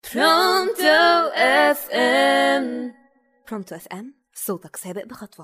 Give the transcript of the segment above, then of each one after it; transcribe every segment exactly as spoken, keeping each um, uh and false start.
برونتو اف ام. برونتو اف ام، صوتك سابق بخطوة.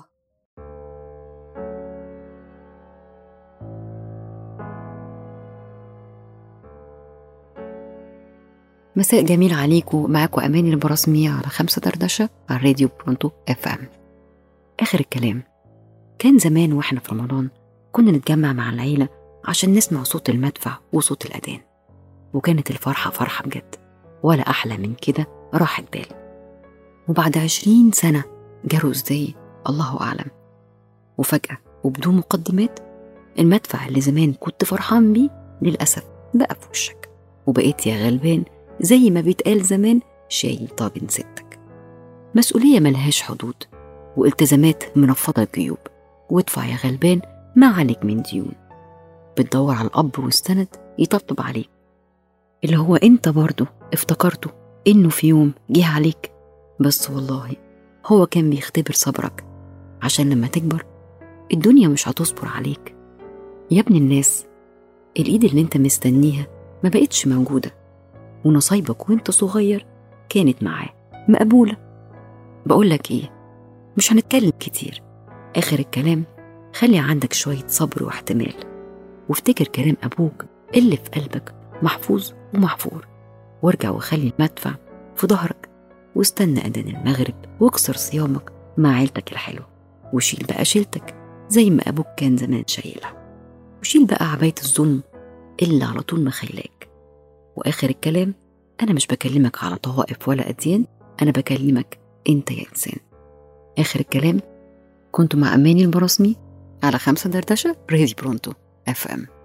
مساء جميل عليكم، معاكم أماني البراسمية على خمسة دردشة على الراديو برونتو اف ام. آخر الكلام، كان زمان وإحنا في رمضان كنا نتجمع مع العيلة عشان نسمع صوت المدفع وصوت الأذان، وكانت الفرحة فرحة بجد، ولا أحلى من كده راحت بال. وبعد عشرين سنة جروا إزاي الله أعلم، وفجأة وبدون مقدمات المدفع اللي زمان كنت فرحان بيه للأسف بقى في وشك، وبقيت يا غلبان زي ما بيتقال زمان شايل طاجن ستك. مسؤولية ملهاش حدود والتزامات منفضة الجيوب، وادفع يا غلبان ما عليك من ديون. بتدور على الأب والسند يطبطب عليك، اللي هو انت برضو افتكرته انه في يوم جه عليك، بس والله هو كان بيختبر صبرك عشان لما تكبر الدنيا مش هتصبر عليك. يا ابن الناس، الإيد اللي انت مستنيها ما بقتش موجودة، ونصيبك وانت صغير كانت معاه مقبولة. بقولك ايه، مش هنتكلم كتير، آخر الكلام خلي عندك شوية صبر واحتمال، وافتكر كلام أبوك اللي في قلبك محفوظ ومحفور، وارجع وخلي المدفع في ظهرك، واستنى أذان المغرب واكسر صيامك مع عيلتك الحلوة، وشيل بقى شيلتك زي ما أبوك كان زمان شايلها، وشيل بقى عباية الظلم اللي على طول مخيلاك. وآخر الكلام، أنا مش بكلمك على طوائف ولا أديان، أنا بكلمك أنت يا إنسان. آخر الكلام، كنت مع أماني البراسمي على خمسة دردشة راديو برونتو اف ام.